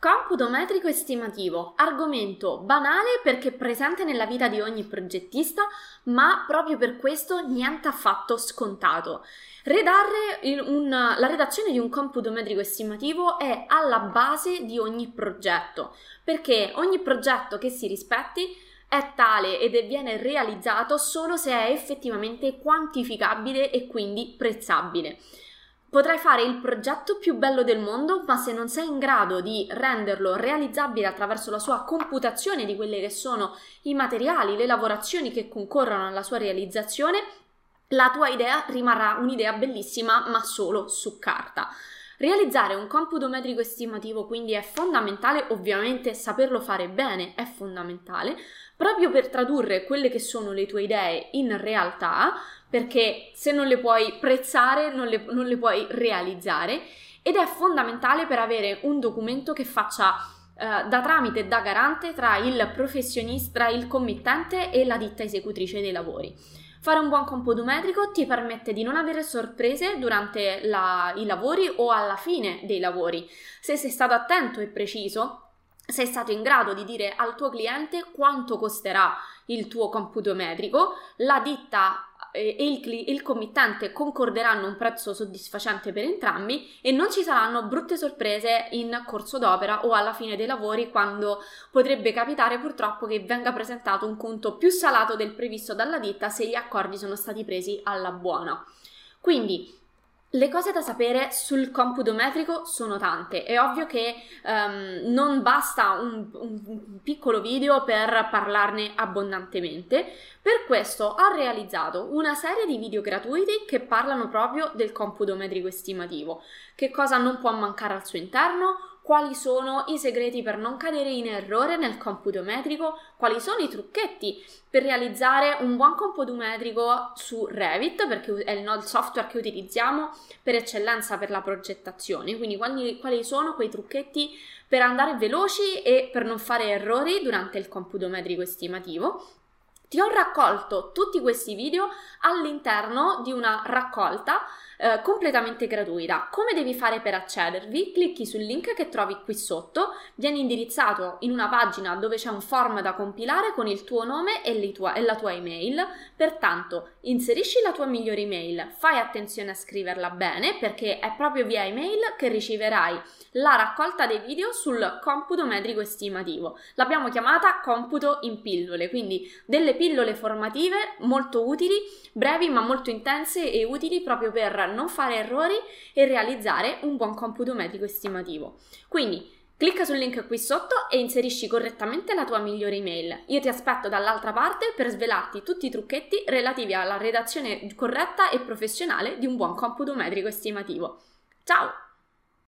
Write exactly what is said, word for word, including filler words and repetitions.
Computo metrico estimativo, argomento banale perché presente nella vita di ogni progettista, ma proprio per questo niente affatto scontato. Redare il, un, la redazione di un computo metrico estimativo è alla base di ogni progetto, perché ogni progetto che si rispetti è tale ed viene realizzato solo se è effettivamente quantificabile e quindi prezzabile. Potrai fare il progetto più bello del mondo, ma se non sei in grado di renderlo realizzabile attraverso la sua computazione di quelli che sono i materiali, le lavorazioni che concorrono alla sua realizzazione, la tua idea rimarrà un'idea bellissima, ma solo su carta. Realizzare un computo metrico estimativo quindi è fondamentale, ovviamente saperlo fare bene è fondamentale, proprio per tradurre quelle che sono le tue idee in realtà, perché se non le puoi prezzare non le, non le puoi realizzare, ed è fondamentale per avere un documento che faccia eh, da tramite e da garante tra il professionista, il committente e la ditta esecutrice dei lavori. Fare un buon computo metrico ti permette di non avere sorprese durante la, i lavori o alla fine dei lavori. Se sei stato attento e preciso, sei stato in grado di dire al tuo cliente quanto costerà il tuo computo metrico, la ditta e il, il committente concorderanno un prezzo soddisfacente per entrambi e non ci saranno brutte sorprese in corso d'opera o alla fine dei lavori, quando potrebbe capitare purtroppo che venga presentato un conto più salato del previsto dalla ditta se gli accordi sono stati presi alla buona. Quindi le cose da sapere sul computo metrico sono tante. È ovvio che um, non basta un, un piccolo video per parlarne abbondantemente. Per questo ho realizzato una serie di video gratuiti che parlano proprio del computo metrico estimativo. Che cosa non può mancare al suo interno? Quali sono i segreti per non cadere in errore nel computo metrico, quali sono i trucchetti per realizzare un buon computo metrico su Revit, perché è il software che utilizziamo per eccellenza per la progettazione, quindi quali, quali sono quei trucchetti per andare veloci e per non fare errori durante il computo metrico estimativo. Ti ho raccolto tutti questi video all'interno di una raccolta eh, completamente gratuita. Come devi fare per accedervi? Clicchi sul link che trovi qui sotto, vieni indirizzato in una pagina dove c'è un form da compilare con il tuo nome e, le tua, e la tua email. Pertanto inserisci la tua migliore email, fai attenzione a scriverla bene perché è proprio via email che riceverai la raccolta dei video sul computo metrico estimativo. L'abbiamo chiamata computo in pillole, quindi delle pillole formative molto utili, brevi ma molto intense e utili proprio per non fare errori e realizzare un buon computo metrico estimativo. Quindi clicca sul link qui sotto e inserisci correttamente la tua migliore email. Io ti aspetto dall'altra parte per svelarti tutti i trucchetti relativi alla redazione corretta e professionale di un buon computo metrico estimativo. Ciao!